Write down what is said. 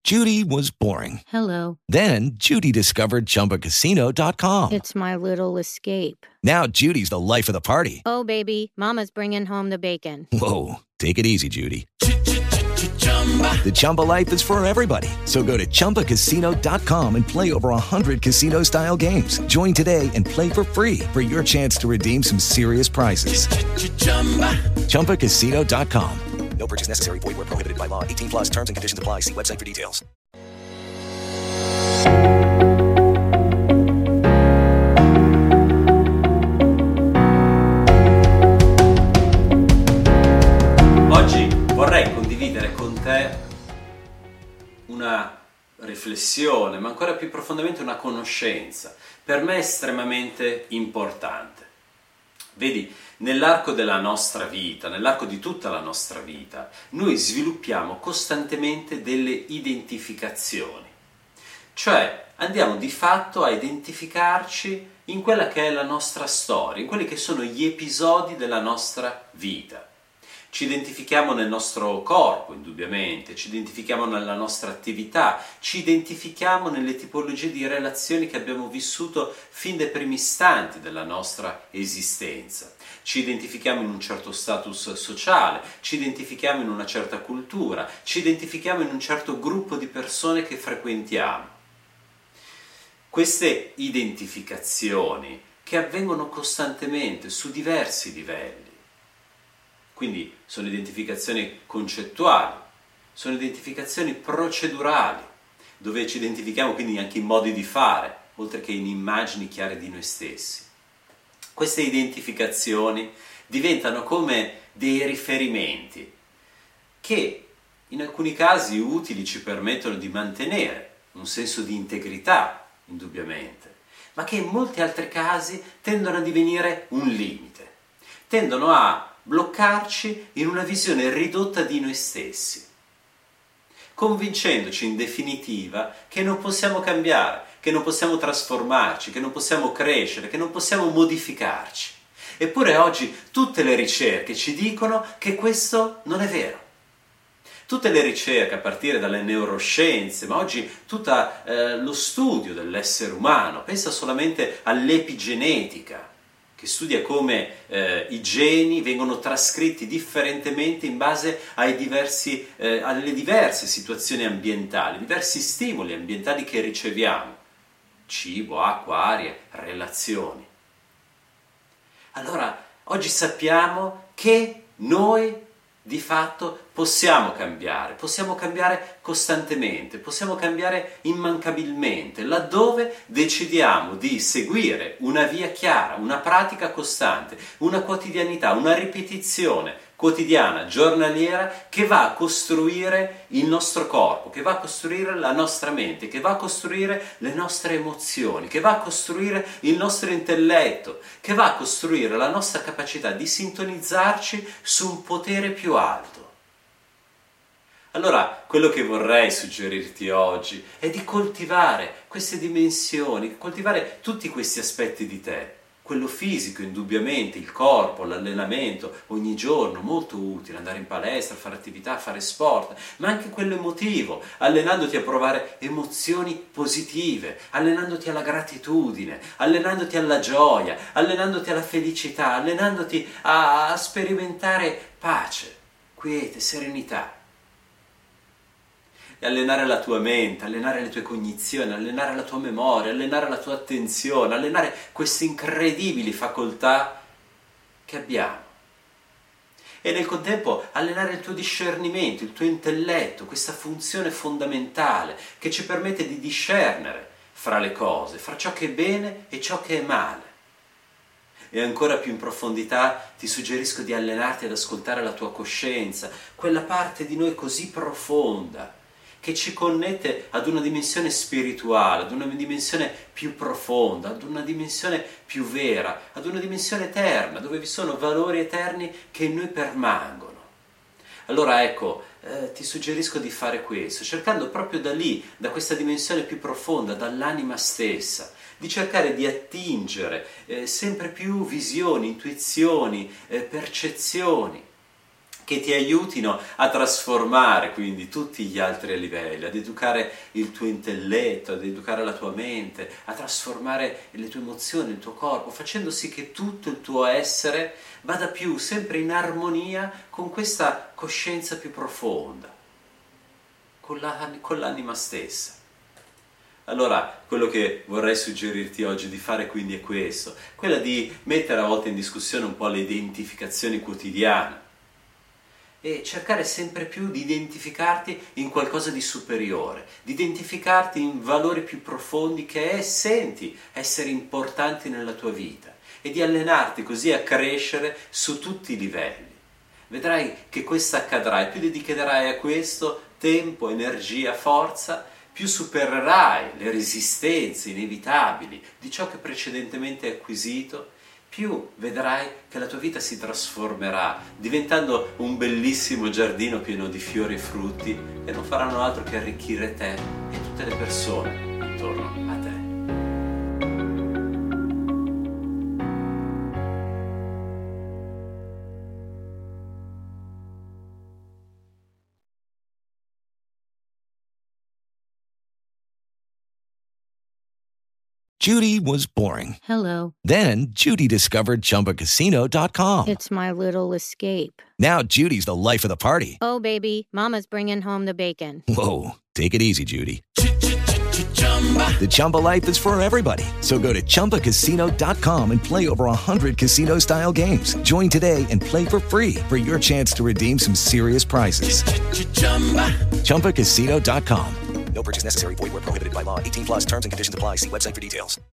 Judy was boring. Hello. Then Judy discovered ChumbaCasino.com. It's my little escape. Now Judy's the life of the party. Oh, baby, mama's bringing home the bacon. Whoa, take it easy, Judy. The Chumba life is for everybody. So go to ChumbaCasino.com and play over 100 casino-style games. Join today and play for free for your chance to redeem some serious prizes. ChumbaCasino.com. No purchase necessary. Void where prohibited by law. 18 plus terms and conditions apply. See website for details. Oggi vorrei condividere con te una riflessione, ma ancora più profondamente una conoscenza, per me estremamente importante. Vedi, nell'arco della nostra vita, nell'arco di tutta la nostra vita, noi sviluppiamo costantemente delle identificazioni. Cioè andiamo di fatto a identificarci in quella che è la nostra storia, in quelli che sono gli episodi della nostra vita. Ci identifichiamo nel nostro corpo, indubbiamente, ci identifichiamo nella nostra attività, ci identifichiamo nelle tipologie di relazioni che abbiamo vissuto fin dai primi istanti della nostra esistenza. Ci identifichiamo in un certo status sociale, ci identifichiamo in una certa cultura, ci identifichiamo in un certo gruppo di persone che frequentiamo. Queste identificazioni che avvengono costantemente su diversi livelli. Quindi sono identificazioni concettuali, sono identificazioni procedurali, dove ci identifichiamo quindi anche in modi di fare, oltre che in immagini chiare di noi stessi. Queste identificazioni diventano come dei riferimenti che in alcuni casi utili ci permettono di mantenere un senso di integrità, indubbiamente, ma che in molti altri casi tendono a divenire un limite, tendono a bloccarci in una visione ridotta di noi stessi, convincendoci in definitiva che non possiamo cambiare, che non possiamo trasformarci, che non possiamo crescere, che non possiamo modificarci. Eppure oggi tutte le ricerche ci dicono che questo non è vero. Tutte le ricerche, a partire dalle neuroscienze, ma oggi tutto lo studio dell'essere umano, pensa solamente all'epigenetica, che studia come i geni vengono trascritti differentemente in base alle diverse situazioni ambientali, diversi stimoli ambientali che riceviamo, cibo, acqua, aria, relazioni. Allora, oggi sappiamo che noi di fatto possiamo cambiare costantemente, possiamo cambiare immancabilmente, laddove decidiamo di seguire una via chiara, una pratica costante, una quotidianità, una ripetizione quotidiana, giornaliera, che va a costruire il nostro corpo, che va a costruire la nostra mente, che va a costruire le nostre emozioni, che va a costruire il nostro intelletto, che va a costruire la nostra capacità di sintonizzarci su un potere più alto. Allora, quello che vorrei suggerirti oggi è di coltivare queste dimensioni, coltivare tutti questi aspetti di te. Quello fisico, indubbiamente, il corpo, l'allenamento, ogni giorno, molto utile, andare in palestra, fare attività, fare sport, ma anche quello emotivo, allenandoti a provare emozioni positive, allenandoti alla gratitudine, allenandoti alla gioia, allenandoti alla felicità, allenandoti a sperimentare pace, quiete, serenità. E allenare la tua mente, allenare le tue cognizioni, allenare la tua memoria, allenare la tua attenzione, allenare queste incredibili facoltà che abbiamo. E nel contempo allenare il tuo discernimento, il tuo intelletto, questa funzione fondamentale che ci permette di discernere fra le cose, fra ciò che è bene e ciò che è male. E ancora più in profondità ti suggerisco di allenarti ad ascoltare la tua coscienza, quella parte di noi così profonda, che ci connette ad una dimensione spirituale, ad una dimensione più profonda, ad una dimensione più vera, ad una dimensione eterna, dove vi sono valori eterni che in noi permangono. Allora ecco, ti suggerisco di fare questo, cercando proprio da lì, da questa dimensione più profonda, dall'anima stessa, di cercare di attingere sempre più visioni, intuizioni, percezioni, che ti aiutino a trasformare quindi tutti gli altri livelli, ad educare il tuo intelletto, ad educare la tua mente, a trasformare le tue emozioni, il tuo corpo, facendo sì che tutto il tuo essere vada più sempre in armonia con questa coscienza più profonda, con l'anima stessa. Allora, quello che vorrei suggerirti oggi di fare quindi è questo, quella di mettere a volte in discussione un po' le identificazioni quotidiane e cercare sempre più di identificarti in qualcosa di superiore, di identificarti in valori più profondi che senti essere importanti nella tua vita e di allenarti così a crescere su tutti i livelli. Vedrai che questo accadrà e più dedicherai a questo tempo, energia, forza, più supererai le resistenze inevitabili di ciò che precedentemente hai acquisito, più vedrai che la tua vita si trasformerà, diventando un bellissimo giardino pieno di fiori e frutti che non faranno altro che arricchire te e tutte le persone intorno a te. Judy was boring. Hello. Then Judy discovered ChumbaCasino.com. It's my little escape. Now Judy's the life of the party. Oh, baby, mama's bringing home the bacon. Whoa, take it easy, Judy. The Chumba life is for everybody. So go to ChumbaCasino.com and play over 100 casino-style games. Join today and play for free for your chance to redeem some serious prizes. ChumbaCasino.com. No purchase necessary. Void where prohibited by law. 18+ terms and conditions apply. See website for details.